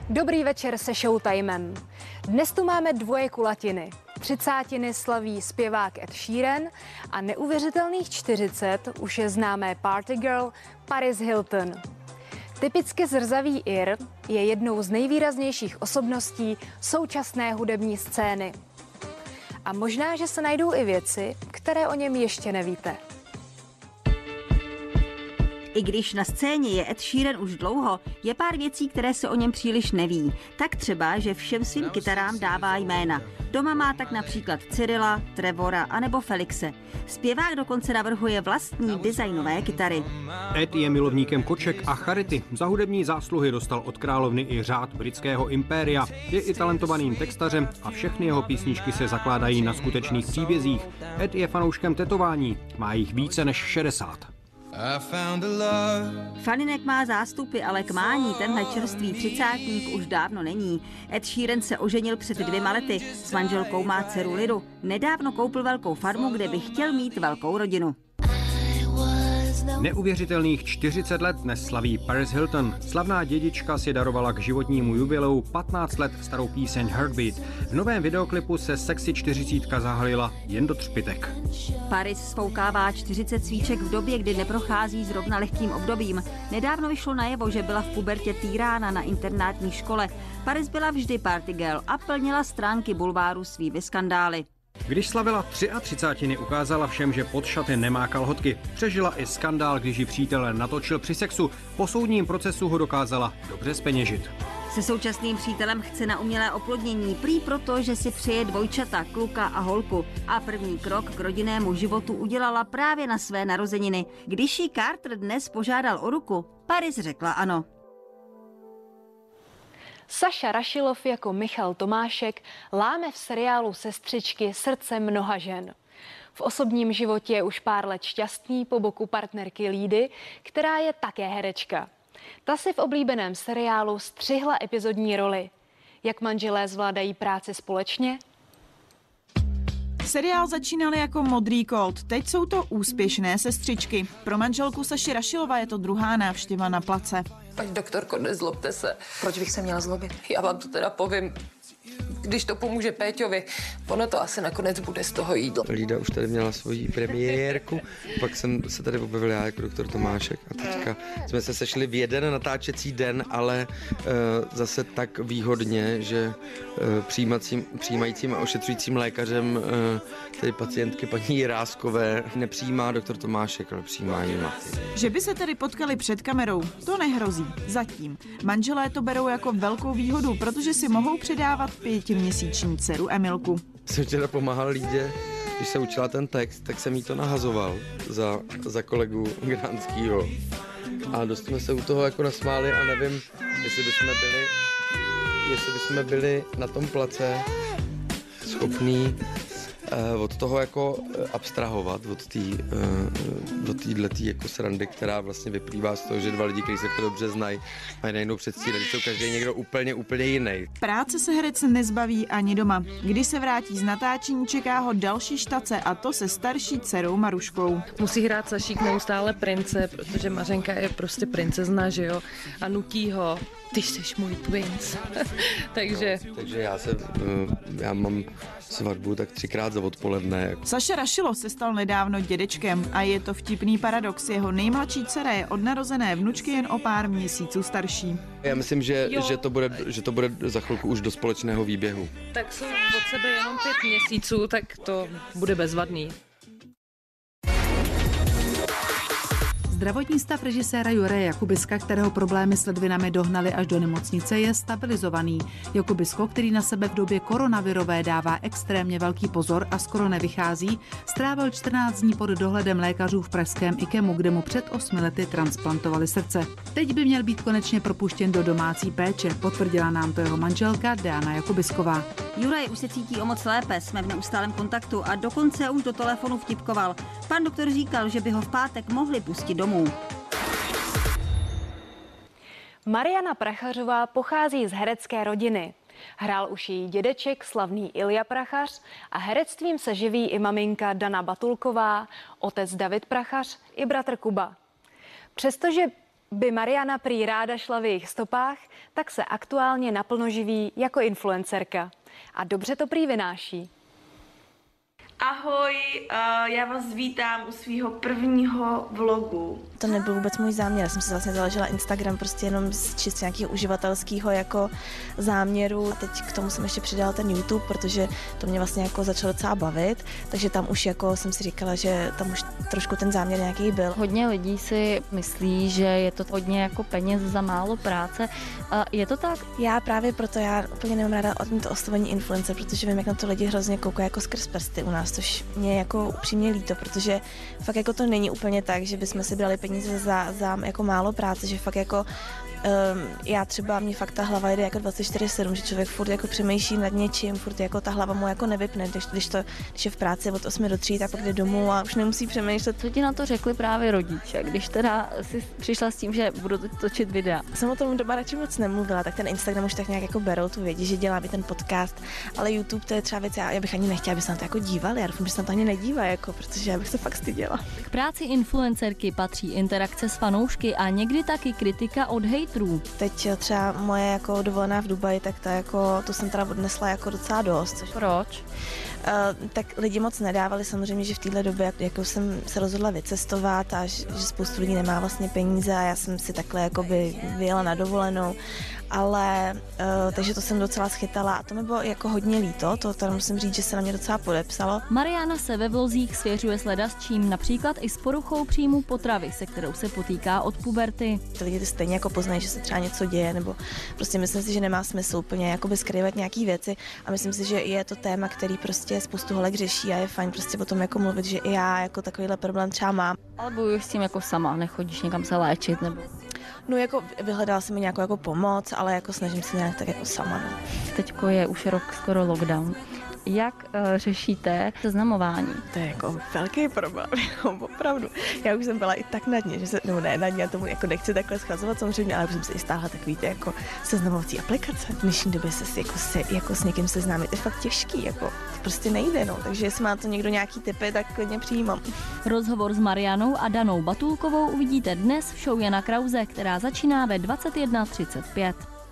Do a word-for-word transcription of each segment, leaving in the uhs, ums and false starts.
Dobrý večer se Showtimem. Dnes tu máme dvoje kulatiny. Třicátiny slaví zpěvák Ed Sheeran a neuvěřitelných čtyřicet už je známé party girl Paris Hilton. Typicky zrzavý Ir je jednou z nejvýraznějších osobností současné hudební scény. A možná, že se najdou i věci, které o něm ještě nevíte. I když na scéně je Ed Sheeran už dlouho, je pár věcí, které se o něm příliš neví. Tak třeba, že všem svým kytarám dává jména. Doma má tak například Cyrila, Trevora anebo Felixe. Zpěvák dokonce navrhuje vlastní designové kytary. Ed je milovníkem koček a charity. Za hudební zásluhy dostal od královny i řád britského impéria. Je i talentovaným textařem a všechny jeho písničky se zakládají na skutečných příbězích. Ed je fanouškem tetování, má jich více než šedesát. Faninek má zástupy, ale k mání tenhle čerstvý třicátník už dávno není. Ed Sheeran se oženil před dvěma lety. S manželkou má dceru Liru. Nedávno koupil velkou farmu, kde by chtěl mít velkou rodinu. Neuvěřitelných čtyřicet let dnes slaví Paris Hilton. Slavná dědička si darovala k životnímu jubileu patnáct let starou píseň Heartbeat. V novém videoklipu se sexy čtyřicítka zahalila jen do třpitek. Paris spoukává čtyřicet svíček v době, kdy neprochází zrovna lehkým obdobím. Nedávno vyšlo najevo, že byla v pubertě týrána na internátní škole. Paris byla vždy party girl a plnila stránky bulváru svými skandály. Když slavila třicátiny, ukázala všem, že pod šaty nemá kalhotky. Přežila i skandál, když ji přítel natočil při sexu. Po soudním procesu ho dokázala dobře zpeněžit. Se současným přítelem chce na umělé oplodnění, prý proto, že si přeje dvojčata, kluka a holku. A první krok k rodinnému životu udělala právě na své narozeniny. Když jí Carter dnes požádal o ruku, Paris řekla ano. Saša Rašilov jako Michal Tomášek láme v seriálu Sestřičky srdce mnoha žen. V osobním životě je už pár let šťastný po boku partnerky Lídy, která je také herečka. Ta si v oblíbeném seriálu střihla epizodní roli. Jak manželé zvládají práci společně? Seriál začínal jako Modrý kód, teď jsou to úspěšné sestřičky. Pro manželku Saši Rašilova je to druhá návštěva na place. Paní doktorko, nezlobte se. Proč bych se měla zlobit? Já vám to teda povím. Když to pomůže Péťovi, ono to asi nakonec bude z toho jídla. Lída už tady měla svoji premiérku, pak jsem se tady objevil já jako doktor Tomášek a teďka jsme se sešli v jeden natáčecí den, ale uh, zase tak výhodně, že uh, přijímacím, přijímajícím a ošetřujícím lékařem uh, tedy pacientky paní Jiráskové nepřijímá doktor Tomášek, ale přijímá jí Maty. Že by se tedy potkali před kamerou, to nehrozí. Zatím. Manželé to berou jako velkou výhodu, protože si mohou předávat pětiměsíční dceru Emilku. Jsem včera pomáhal Lídě, když se učila ten text, tak jsem jí to nahazoval za, za kolegu Gránskýho. A dost jsme se u toho jako nasmáli a nevím, jestli bychom byli, jestli bychom byli na tom place schopní uh, od toho jako abstrahovat, od té uh, od téhletý jako srandy, která vlastně vyplývá z toho, že dva lidi, kteří se to dobře znají, mají najednou předstírat, že jsou každý někdo úplně, úplně jiný. Práce se herec nezbaví ani doma. Když se vrátí z natáčení, čeká ho další štace a to se starší dcerou Maruškou. Musí hrát Sašík neustále prince, protože Mařenka je prostě princezna, že jo? A nutí ho, ty jsi můj twins. takže... No, takže já se, já mám svatbu tak třikrát za odpoledne. Saša Rašilov se stal nedávno dědečkem a je to vtipný paradox. Jeho nejmladší dcera je od narozené vnučky jen o pár měsíců starší. Já myslím, že, že, to bude, že to bude za chvilku už do společného výběhu. Tak jsou od sebe jenom pět měsíců, tak to bude bezvadný. Zdravotní stav režiséra Juraje Jakubiska, kterého problémy s ledvinami dohnaly až do nemocnice, je stabilizovaný. Jakubisko, který na sebe v době koronavirové dává extrémně velký pozor a skoro nevychází, strávil čtrnáct dní pod dohledem lékařů v pražském IKEMu, kde mu před osmi lety transplantovali srdce. Teď by měl být konečně propuštěn do domácí péče, potvrdila nám to jeho manželka Diana Jakubisková. Juraj už se cítí o moc lépe, jsme v neustálém kontaktu a dokonce už do telefonu vtipkoval. Pan doktor říkal, že by ho v pátek mohli pustit domů. Mariana Prachařová pochází z herecké rodiny. Hrál už její dědeček, slavný Ilja Prachař, a herectvím se živí i maminka Dana Batulková, otec David Prachař i bratr Kuba. Přestože By Mariana prý ráda šla v jejich stopách, tak se aktuálně naplno živí jako influencerka. A dobře to prý vynáší. Ahoj, uh, já vás vítám u svého prvního vlogu. To nebyl vůbec můj záměr, já jsem si vlastně založila Instagram prostě jenom z čistě nějakého uživatelského jako záměru. A teď k tomu jsem ještě přidala ten YouTube, protože to mě vlastně jako začalo docela bavit, takže tam už jako jsem si říkala, že tam už trošku ten záměr nějaký byl. Hodně lidí si myslí, že je to hodně jako peněz za málo práce. A je to tak? Já právě proto já úplně nemám ráda to oslovení influencer, protože vím, jak na to lidi hrozně koukají jako skrz prsty u nás, což mě jako upřímně líto, protože fakt jako to není úplně tak, že bychom si brali peníze za, za jako málo práce, že fakt jako um, já třeba, mě fakt ta hlava jde jako dvacet čtyři sedm, že člověk furt jako přemýšlí nad něčím, furt jako ta hlava mu jako nevypne, když, když, to, když je v práci od osmi do tří, tak pak jde domů a už nemusí přemýšlet. Co ti na to řekli právě rodiče, když teda si přišla s tím, že budu točit videa? Jsem o tom doma radši moc nemluvila, tak ten Instagram už tak nějak jako berou, tu vědí, že dělám i ten podcast, ale YouTube to je třeba věc, já, já bych ani nechtěla, aby se na to jako dívali, já doufám, že se na to ani nedívá, jako, protože já bych se fakt styděla. K práci influencerky patří interakce s fanoušky a někdy taky kritika od hejtrů. Teď třeba moje jako dovolená v Dubaji, tak ta jako, to jsem teda odnesla jako docela dost. Proč? Uh, tak lidi moc nedávali, samozřejmě, že v téhle době jako jsem se rozhodla vycestovat a že, že spoustu lidí nemá vlastně peníze a já jsem si takhle jakoby vyjela na dovolenou, ale uh, takže to jsem docela schytala a to mi bylo jako hodně líto, to tady musím říct, že se na mě docela podepsalo. Mariana se ve vlozích svěřuje s ledasčím, například i s poruchou příjmu potravy, se kterou se potýká od puberty. Ty lidi stejně jako poznají, že se třeba něco děje, nebo prostě myslím si, že nemá smysl úplně jakoby skrývat nějaký věci a myslím si, že je to téma, který prostě spoustu holek řeší a je fajn prostě o tom jako mluvit, že i já jako takovýhle problém třeba mám. Ale bojuješ s tím jako sama, nechodíš někam se léčit nebo? No jako vyhledala jsem mi nějakou jako pomoc, ale jako snažím se nějak tak jako sama. No. Teďko je už rok skoro lockdown. Jak uh, řešíte seznamování? To je jako velký problém, opravdu. Já už jsem byla i tak na dně, že se, no ne na dně, já tomu jako nechci takhle schazovat samozřejmě, ale už jsem se i stáhla takový ty jako seznamovací aplikace. V dnešní době se jako, se jako s někým seznámit je fakt těžký, jako to prostě nejde, no. Takže jestli má to někdo nějaký tipy, tak klidně přijímám. Rozhovor s Marianou a Danou Batulkovou uvidíte dnes v show Jana Krause, která začíná ve dvacet jedna třicet pět.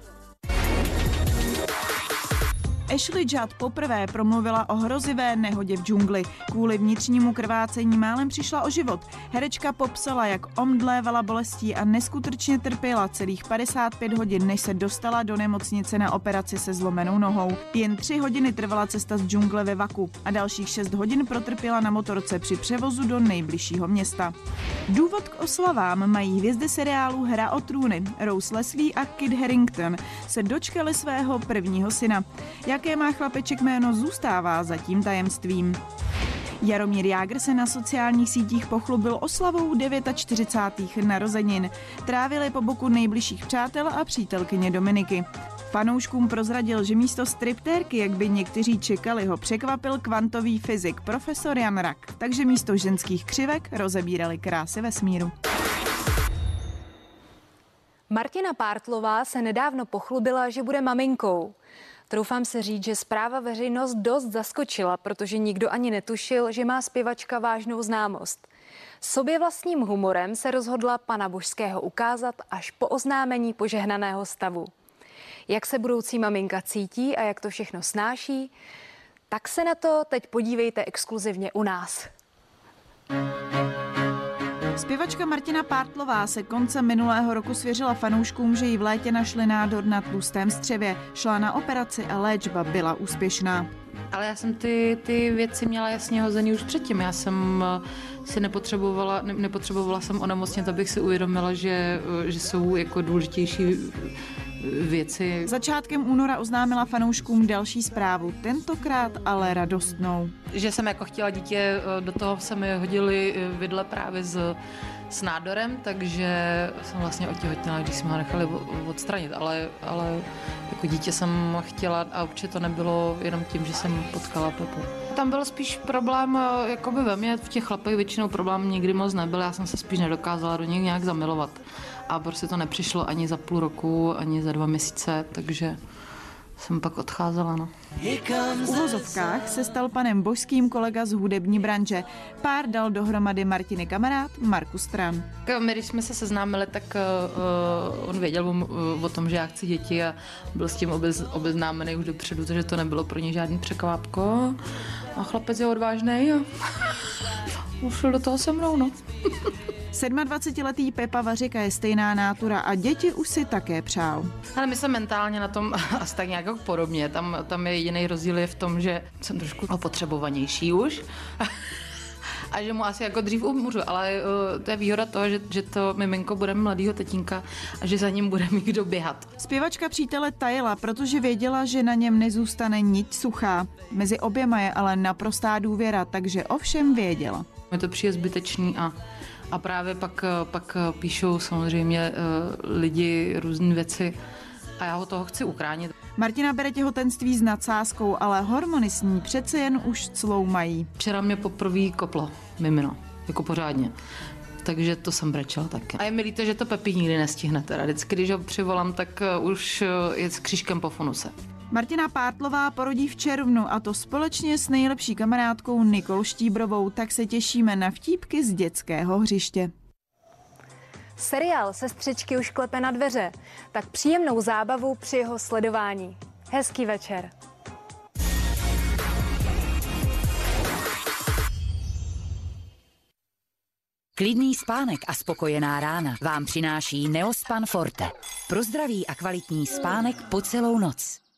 Ashley Judd poprvé promluvila o hrozivé nehodě v džungli. Kvůli vnitřnímu krvácení málem přišla o život. Herečka popsala, jak omdlévala bolestí a neskutečně trpěla celých padesát pět hodin, než se dostala do nemocnice na operaci se zlomenou nohou. Jen tři hodiny trvala cesta z džungle ve vaku a dalších šest hodin protrpěla na motorce při převozu do nejbližšího města. Důvod k oslavám mají hvězdy seriálu Hra o trůny. Rose Leslie a Kit Harington se dočkali svého prvního syna. Jaké má chlapeček jméno, zůstává zatím tajemstvím. Jaromír Jágr se na sociálních sítích pochlubil oslavou čtyřicátých devět narozenin. Trávili po boku nejbližších přátel a přítelkyně Dominiky. Fanouškům prozradil, že místo striptérky, jak by někteří čekali, ho překvapil kvantový fyzik profesor Jan Rak. Takže místo ženských křivek rozebírali krásy vesmíru. Martina Pártlová se nedávno pochlubila, že bude maminkou. Troufám se říct, že zpráva veřejnost dost zaskočila, protože nikdo ani netušil, že má zpěvačka vážnou známost. Sobě vlastním humorem se rozhodla Pana Božského ukázat až po oznámení požehnaného stavu. Jak se budoucí maminka cítí a jak to všechno snáší, tak se na to teď podívejte exkluzivně u nás. Zpěvačka Martina Pártlová se koncem minulého roku svěřila fanouškům, že jí v létě našli nádor na tlustém střevě. Šla na operaci a léčba byla úspěšná. Ale já jsem ty, ty věci měla jasně hozený už předtím. Já jsem si nepotřebovala, ne, nepotřebovala jsem onemocnit, abych si uvědomila, že, že jsou jako důležitější věci. Začátkem února oznámila fanouškům další zprávu, tentokrát ale radostnou. Že jsem jako chtěla dítě, do toho se mi hodili vidle právě s, s nádorem, takže jsem vlastně otěhotněla, když jsme ho nechali odstranit, ale, ale jako dítě jsem chtěla a určitě to nebylo jenom tím, že jsem potkala Pepu. Tam byl spíš problém jakoby ve mně, v těch chlapech většinou problém nikdy moc nebyl, já jsem se spíš nedokázala do něj nějak zamilovat. A prostě to nepřišlo ani za půl roku, ani za dva měsíce, takže jsem pak odcházela, no. V uvozovkách se stal panem Božským kolega z hudební branže. Pár dal dohromady Martiny kamarád Markus Tran. My, když jsme se seznámili, tak uh, on věděl o, o tom, že já chci děti a byl s tím obez, obeznámený už dopředu, takže to nebylo pro ně žádný překvápko. A chlapec je odvážnej a ušel do toho se mnou, no. sedmadvacetiletý Pepa Vařika je stejná nátura a děti už si také přál. Ale my jsme mentálně na tom asi tak nějak podobně. Tam, tam je jediný rozdíl je v tom, že jsem trošku opotřebovanější už. A že mu asi jako dřív umřu, ale uh, to je výhoda toho, že, že to miminko bude mladýho tetínka a že za ním bude mít kdo běhat. Zpěvačka přítele tajila, protože věděla, že na něm nezůstane niť suchá. Mezi oběma je ale naprostá důvěra, takže o všem věděla. Je to přijde zbytečný a, a právě pak, pak píšou samozřejmě uh, lidi různé věci a já ho toho chci uchránit. Martina bere těhotenství s nadsázkou, ale hormony s ní přece jen už cloumají. Včera mě poprvé koplo mimino, jako pořádně. Takže to jsem brečela taky. A je mi líto, že to Pepi nikdy nestihne teda. Vždycky, když ho přivolám, tak už je s křížkem po funuse. Martina Pártlová porodí v červnu a to společně s nejlepší kamarádkou Nikol Štíbrovou, tak se těšíme na vtípky z dětského hřiště. Seriál Sestřičky už klepe na dveře, tak příjemnou zábavu při jeho sledování. Hezký večer. Klidný spánek a spokojená rána vám přináší Neospan Forte. Pro zdravý a kvalitní spánek po celou noc.